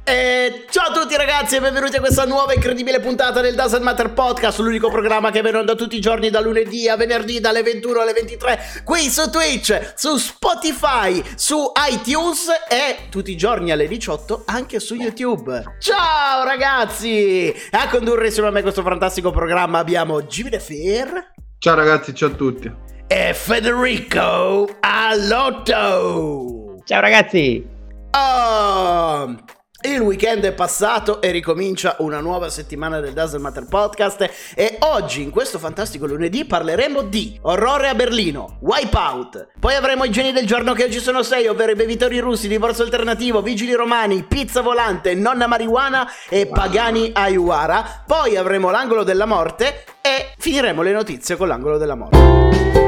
Ciao a tutti ragazzi e benvenuti a questa nuova incredibile puntata del Doesn't Matter Podcast, l'unico programma che viene onda tutti i giorni da lunedì a venerdì dalle 21 alle 23 qui su Twitch, su Spotify, su iTunes e tutti i giorni alle 18 anche su YouTube. Ciao ragazzi! A condurre insieme a me questo fantastico programma abbiamo Jimmy The Fear. Ciao ragazzi, ciao a tutti. E Federico Alotto. Ciao ragazzi. Oh, il weekend è passato e ricomincia una nuova settimana del Doesn't Matter Podcast e oggi in questo fantastico lunedì parleremo di orrore a Berlino, Wipeout, poi avremo i geni del giorno che oggi sono 6, ovvero i bevitori russi, divorzio alternativo, vigili romani, pizza volante, nonna marijuana e pagani aiuara, poi avremo l'angolo della morte e finiremo le notizie con l'angolo della morte.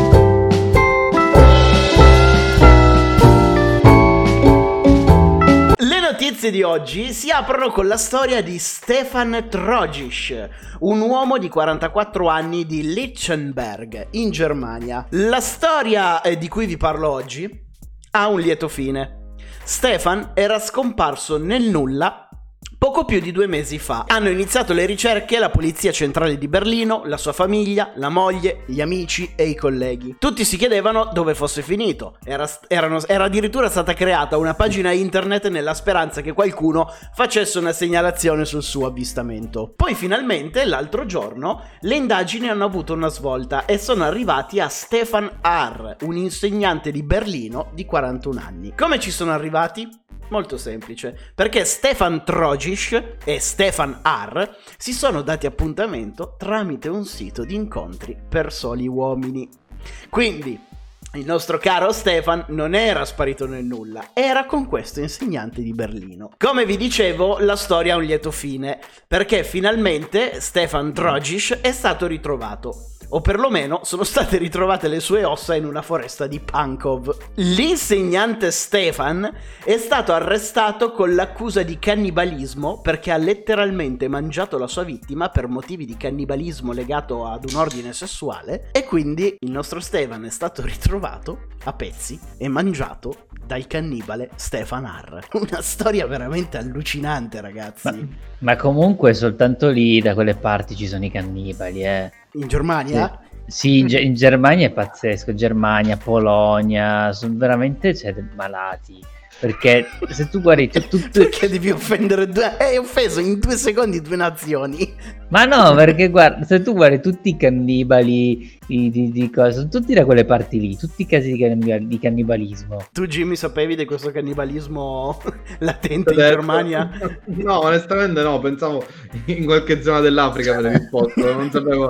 Le notizie di oggi si aprono con la storia di Stefan Trogisch, un uomo di 44 anni di Lichtenberg, in Germania. La storia di cui vi parlo oggi ha un lieto fine. Stefan era scomparso nel nulla poco più di 2 mesi fa. Hanno iniziato le ricerche la polizia centrale di Berlino, la sua famiglia, la moglie, gli amici e i colleghi. Tutti si chiedevano dove fosse finito. Era addirittura stata creata una pagina internet nella speranza che qualcuno facesse una segnalazione sul suo avvistamento. Poi finalmente l'altro giorno le indagini hanno avuto una svolta e sono arrivati a Stefan Ahr, un insegnante di Berlino di 41 anni. Come ci sono arrivati? Molto semplice, perché Stefan Trogisch e Stefan Ahr si sono dati appuntamento tramite un sito di incontri per soli uomini. Quindi il nostro caro Stefan non era sparito nel nulla, era con questo insegnante di Berlino. Come vi dicevo, la storia ha un lieto fine, perché finalmente Stefan Trogisch è stato ritrovato. O perlomeno sono state ritrovate le sue ossa in una foresta di Pankow. L'insegnante Stefan è stato arrestato con l'accusa di cannibalismo perché ha letteralmente mangiato la sua vittima per motivi di cannibalismo legato ad un ordine sessuale e quindi il nostro Stefan è stato ritrovato a pezzi e mangiato dal cannibale Stefan Ahr. Una storia veramente allucinante, ragazzi. Ma comunque soltanto lì da quelle parti ci sono i cannibali, In Germania? Sì, in Germania è pazzesco, Germania, Polonia, sono veramente malati. Perché se tu guardi perché devi offendere hai offeso in 2 secondi 2 nazioni. Ma no, perché guarda, se tu guardi tutti i cannibali di cosa, sono tutti da quelle parti lì, tutti i casi di cannibalismo. Tu Jimmy sapevi di questo cannibalismo latente in Germania? No, onestamente no, pensavo in qualche zona dell'Africa per risposto, non sapevo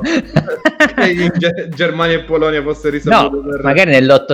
che in Germania e Polonia fosse risaputo. No, magari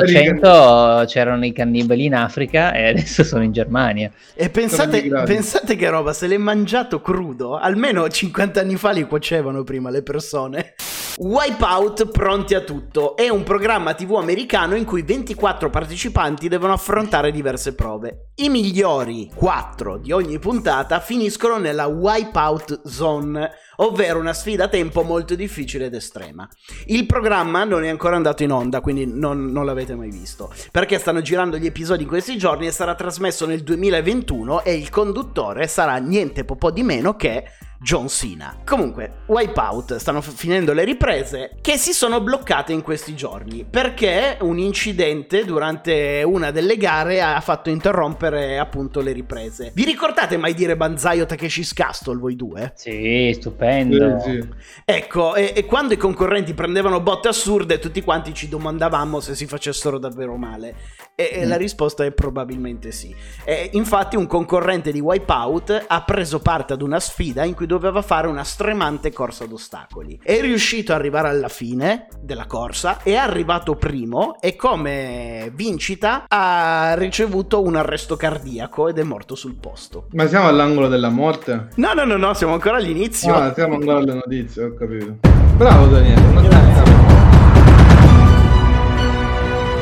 nell'800 c'erano i cannibali in Africa e adesso sono in Germania. E pensate che roba, se l'è mangiato crudo, almeno 50 anni fa li cuocevano prima le persone. Wipeout pronti a tutto è un programma TV americano in cui 24 partecipanti devono affrontare diverse prove. I migliori 4 di ogni puntata finiscono nella Wipeout Zone, ovvero una sfida a tempo molto difficile ed estrema. Il programma non è ancora andato in onda, quindi non l'avete mai visto, perché stanno girando gli episodi in questi giorni e sarà trasmesso nel 2021 e il conduttore sarà niente po' di meno che John Cena. Comunque, Wipeout stanno finendo le riprese che si sono bloccate in questi giorni perché un incidente durante una delle gare ha fatto interrompere appunto le riprese. Vi ricordate mai dire Banzai o Takeshi's Castle voi due? Sì, stupendo. Sì. Ecco, e quando i concorrenti prendevano botte assurde tutti quanti ci domandavamo se si facessero davvero male e la risposta è probabilmente sì. Infatti un concorrente di Wipeout ha preso parte ad una sfida in cui doveva fare una stremante corsa ad ostacoli. È riuscito ad arrivare alla fine della corsa, è arrivato primo e come vincita ha ricevuto un arresto cardiaco ed è morto sul posto. Ma siamo all'angolo della morte? No, siamo ancora all'inizio. Ah, siamo ancora alle notizie, ho capito. Bravo Daniele.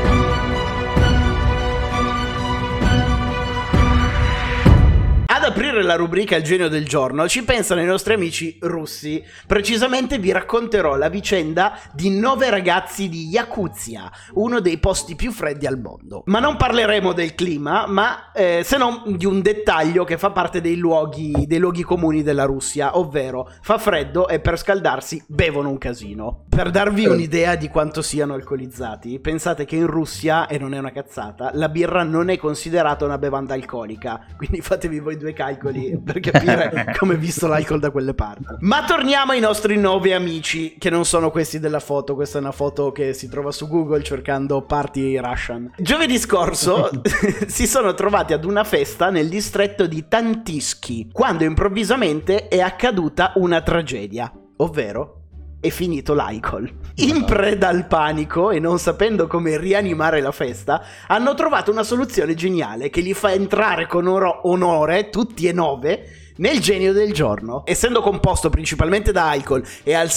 Ad aprire aprire la rubrica Il genio del giorno ci pensano i nostri amici russi. Precisamente vi racconterò la vicenda di 9 ragazzi di Yakuzia, uno dei posti più freddi al mondo. Ma non parleremo del clima, ma se non di un dettaglio che fa parte dei luoghi comuni della Russia, ovvero fa freddo e per scaldarsi bevono un casino. Per darvi un'idea di quanto siano alcolizzati, pensate che in Russia, e non è una cazzata, la birra non è considerata una bevanda alcolica, quindi fatevi voi due calcoli per capire come è visto l'alcol da quelle parti. Ma torniamo ai nostri 9 amici, che non sono questi della foto. Questa è una foto che si trova su Google cercando party Russian. Giovedì scorso si sono trovati ad una festa nel distretto di Tantisky, quando improvvisamente è accaduta una tragedia, ovvero è finito l'alcol. In preda al panico e non sapendo come rianimare la festa, hanno trovato una soluzione geniale che li fa entrare con onore, tutti e 9, nel genio del giorno. Essendo composto principalmente da alcol e al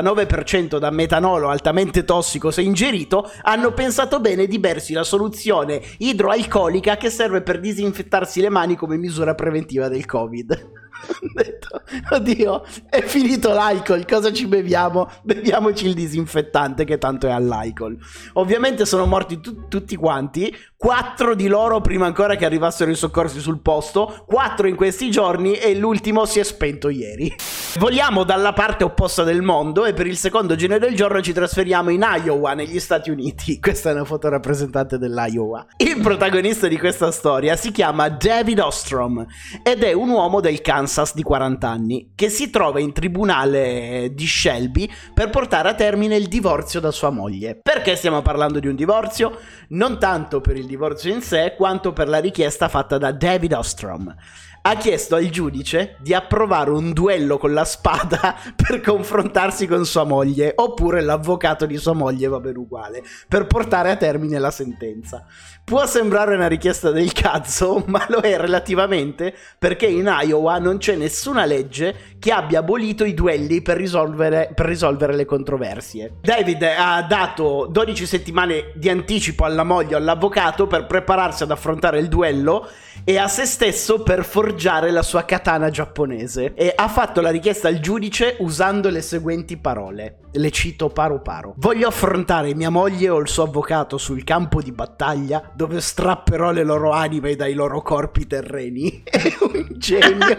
69% da metanolo altamente tossico se ingerito, hanno pensato bene di bersi la soluzione idroalcolica che serve per disinfettarsi le mani come misura preventiva del Covid. Ho detto, oddio, è finito l'alcol, cosa ci beviamo? Beviamoci il disinfettante che tanto è all'alcol. Ovviamente sono morti tutti quanti, 4 di loro prima ancora che arrivassero i soccorsi sul posto, 4 in questi giorni e l'ultimo si è spento ieri. Voliamo dalla parte opposta del mondo e per il secondo genio del giorno ci trasferiamo in Iowa, negli Stati Uniti. Questa è una foto rappresentante dell'Iowa. Il protagonista di questa storia si chiama David Ostrom ed è un uomo del Kansas di 40 anni che si trova in tribunale di Shelby per portare a termine il divorzio da sua moglie. Perché stiamo parlando di un divorzio? Non tanto per il divorzio in sé quanto per la richiesta fatta da David Ostrom. Ha chiesto al giudice di approvare un duello con la spada per confrontarsi con sua moglie, oppure l'avvocato di sua moglie, va bene uguale, per portare a termine la sentenza. Può sembrare una richiesta del cazzo, ma lo è relativamente, perché in Iowa non c'è nessuna legge che abbia abolito i duelli per risolvere le controversie. David ha dato 12 settimane di anticipo alla moglie o all'avvocato per prepararsi ad affrontare il duello e a se stesso per forgiare la sua katana giapponese, e ha fatto la richiesta al giudice usando le seguenti parole. Le cito paro paro: voglio affrontare mia moglie o il suo avvocato sul campo di battaglia dove strapperò le loro anime dai loro corpi terreni. È un genio.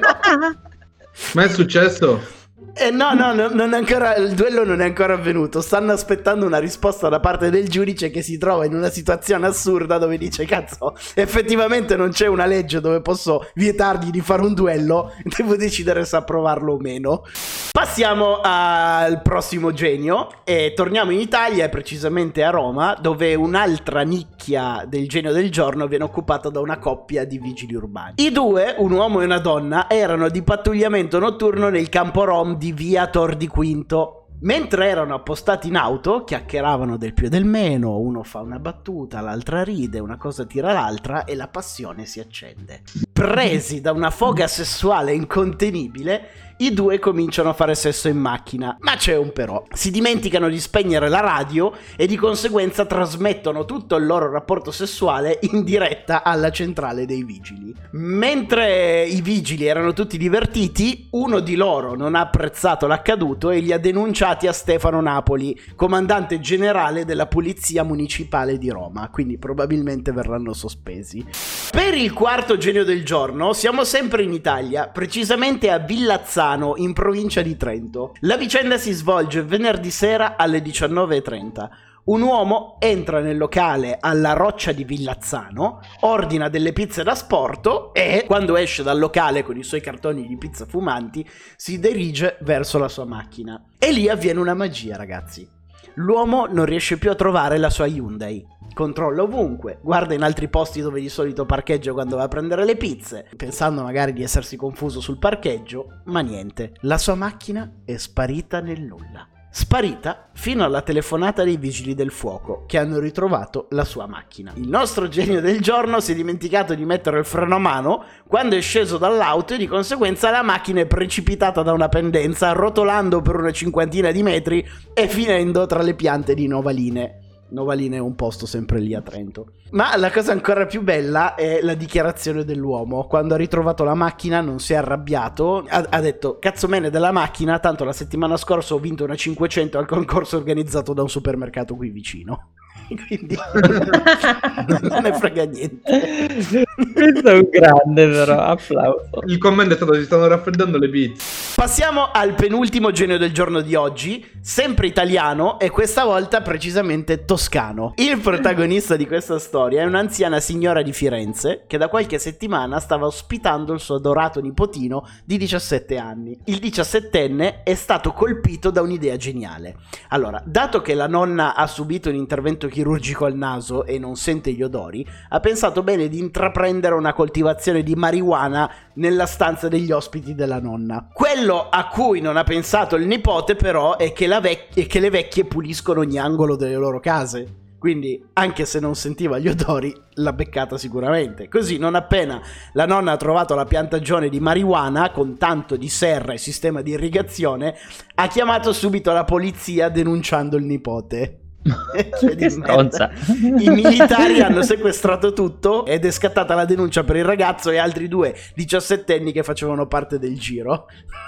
Ma è successo? No, non è ancora, il duello non è ancora avvenuto. Stanno aspettando una risposta da parte del giudice, che si trova in una situazione assurda dove dice: cazzo, effettivamente non c'è una legge dove posso vietargli di fare un duello, devo decidere se approvarlo o meno. Passiamo al prossimo genio e torniamo in Italia, e precisamente a Roma, dove un'altra nicchia del genio del giorno viene occupata da una coppia di vigili urbani. I due, un uomo e una donna, erano di pattugliamento notturno nel campo rom di via Tor di Quinto. Mentre erano appostati in auto, chiacchieravano del più e del meno, uno fa una battuta, l'altra ride, una cosa tira l'altra e la passione si accende. Presi da una foga sessuale incontenibile, i due cominciano a fare sesso in macchina, ma c'è un però. Si dimenticano di spegnere la radio e di conseguenza trasmettono tutto il loro rapporto sessuale in diretta alla centrale dei vigili. Mentre i vigili erano tutti divertiti, uno di loro non ha apprezzato l'accaduto e li ha denunciati a Stefano Napoli, comandante generale della Polizia Municipale di Roma, quindi probabilmente verranno sospesi. Per il quarto genio del giorno siamo sempre in Italia, precisamente a Villazzano, in provincia di Trento. La vicenda si svolge venerdì sera alle 19:30. Un uomo entra nel locale alla Roccia di Villazzano, ordina delle pizze da sporto e, quando esce dal locale con i suoi cartoni di pizza fumanti, si dirige verso la sua macchina. E lì avviene una magia, ragazzi. L'uomo non riesce più a trovare la sua Hyundai. Controlla ovunque, guarda in altri posti dove di solito parcheggia quando va a prendere le pizze, pensando magari di essersi confuso sul parcheggio, ma niente, la sua macchina è sparita nel nulla. Sparita fino alla telefonata dei vigili del fuoco, che hanno ritrovato la sua macchina. Il nostro genio del giorno si è dimenticato di mettere il freno a mano quando è sceso dall'auto e di conseguenza la macchina è precipitata da una pendenza, rotolando per una 50 di metri e finendo tra le piante di Novaline. Novalina è un posto sempre lì a Trento. Ma la cosa ancora più bella è la dichiarazione dell'uomo. Quando ha ritrovato la macchina non si è arrabbiato, ha detto cazzo me ne della macchina, tanto la settimana scorsa ho vinto una 500 al concorso organizzato da un supermercato qui vicino. Quindi non ne frega niente. Questo è un grande, però applauso. Il commento è stato: si stanno raffreddando le pizze. Passiamo al penultimo genio del giorno di oggi, sempre italiano e questa volta precisamente toscano. Il protagonista di questa storia è un'anziana signora di Firenze che da qualche settimana stava ospitando il suo adorato nipotino di 17 anni. Il 17enne è stato colpito da un'idea geniale. Allora, dato che la nonna ha subito un intervento chirurgico al naso e non sente gli odori, ha pensato bene di intraprendere una coltivazione di marijuana nella stanza degli ospiti della nonna. Quello a cui non ha pensato il nipote però è che le vecchie puliscono ogni angolo delle loro case. Quindi, anche se non sentiva gli odori, l'ha beccata sicuramente. Così, non appena la nonna ha trovato la piantagione di marijuana con tanto di serra e sistema di irrigazione, ha chiamato subito la polizia denunciando il nipote. Che stronza. I militari hanno sequestrato tutto ed è scattata la denuncia per il ragazzo e altri 2 17enni che facevano parte del giro.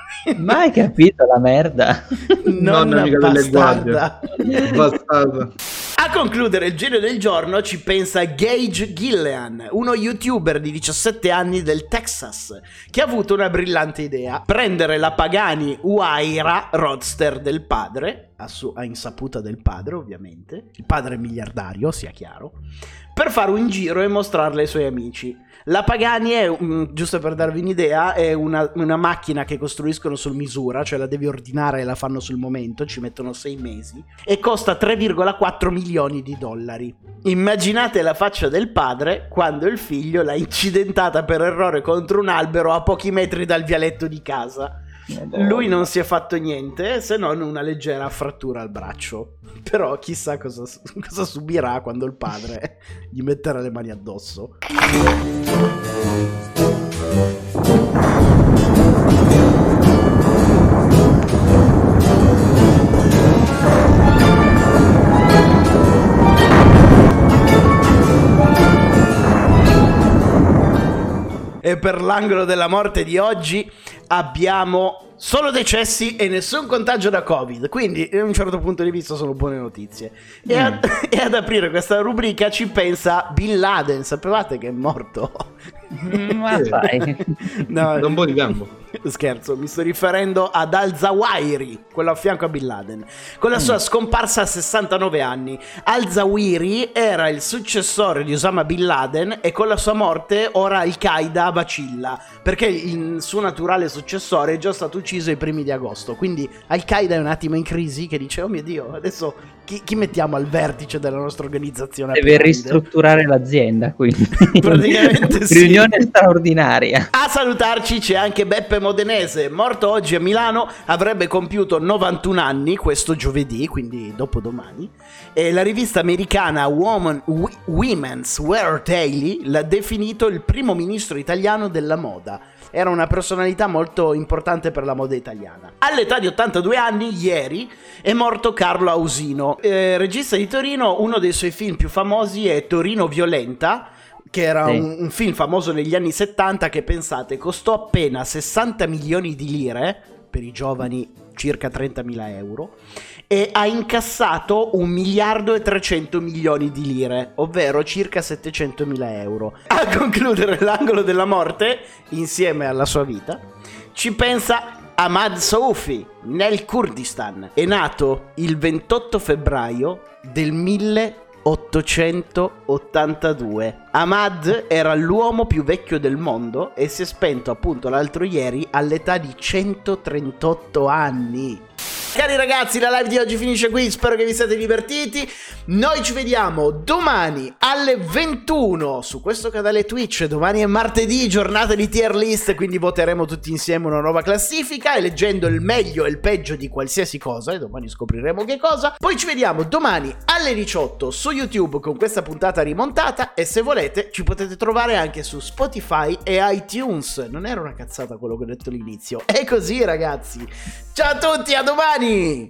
Ma hai capito la merda? Non amica delle bastarda. Bastardo. A concludere il genio del giorno ci pensa Gage Gillian, uno youtuber di 17 anni del Texas, che ha avuto una brillante idea: prendere la Pagani Huayra Roadster del padre, a insaputa del padre ovviamente, il padre è miliardario, sia chiaro, per fare un giro e mostrarle ai suoi amici. La Pagani è, giusto per darvi un'idea, è una macchina che costruiscono su misura, cioè la devi ordinare e la fanno sul momento, ci mettono 6 mesi, e costa 3,4 milioni di dollari. Immaginate la faccia del padre quando il figlio l'ha incidentata per errore contro un albero a pochi metri dal vialetto di casa. Lui non si è fatto niente se non una leggera frattura al braccio. Però chissà cosa subirà quando il padre gli metterà le mani addosso. E per l'angolo della morte di oggi abbiamo solo decessi e nessun contagio da Covid, quindi da un certo punto di vista sono buone notizie. E ad aprire questa rubrica ci pensa Bin Laden. Sapevate che è morto? Ma dai. No, Da un po' di tempo. scherzo, mi sto riferendo ad Al-Zawahiri, quello a fianco a Bin Laden, con la sua scomparsa a 69 anni. Al-Zawahiri era il successore di Osama Bin Laden e con la sua morte ora Al-Qaeda vacilla, perché il suo naturale successore è già stato ucciso ai primi di agosto. Quindi Al-Qaeda è un attimo in crisi, che dice: oh mio Dio, adesso chi mettiamo al vertice della nostra organizzazione? Deve ristrutturare l'azienda, quindi praticamente sì. Riunione straordinaria. A salutarci c'è anche Beppe Modenese, morto oggi a Milano, avrebbe compiuto 91 anni questo giovedì, quindi dopodomani, e la rivista americana Women's Wear Daily l'ha definito il primo ministro italiano della moda. Era una personalità molto importante per la moda italiana. All'età di 82 anni, ieri, è morto Carlo Ausino, regista di Torino. Uno dei suoi film più famosi è Torino Violenta, che era un film famoso negli anni 70 che, pensate, costò appena 60 milioni di lire, per i giovani circa 30.000 euro, e ha incassato 1.300 milioni di lire, ovvero circa 700.000 euro. A concludere l'angolo della morte, insieme alla sua vita, ci pensa Ahmad Soufi nel Kurdistan. È nato il 28 febbraio del 1882. Ahmad era l'uomo più vecchio del mondo e si è spento appunto l'altro ieri all'età di 138 anni. Cari ragazzi, la live di oggi finisce qui, spero che vi siate divertiti. Noi ci vediamo domani alle 21 su questo canale Twitch. Domani è martedì, giornata di tier list, quindi voteremo tutti insieme una nuova classifica, eleggendo il meglio e il peggio di qualsiasi cosa, e domani scopriremo che cosa. Poi ci vediamo domani alle 18 su YouTube con questa puntata rimontata, e se volete ci potete trovare anche su Spotify e iTunes. Non era una cazzata quello che ho detto all'inizio. È così ragazzi. Ciao a tutti, a domani!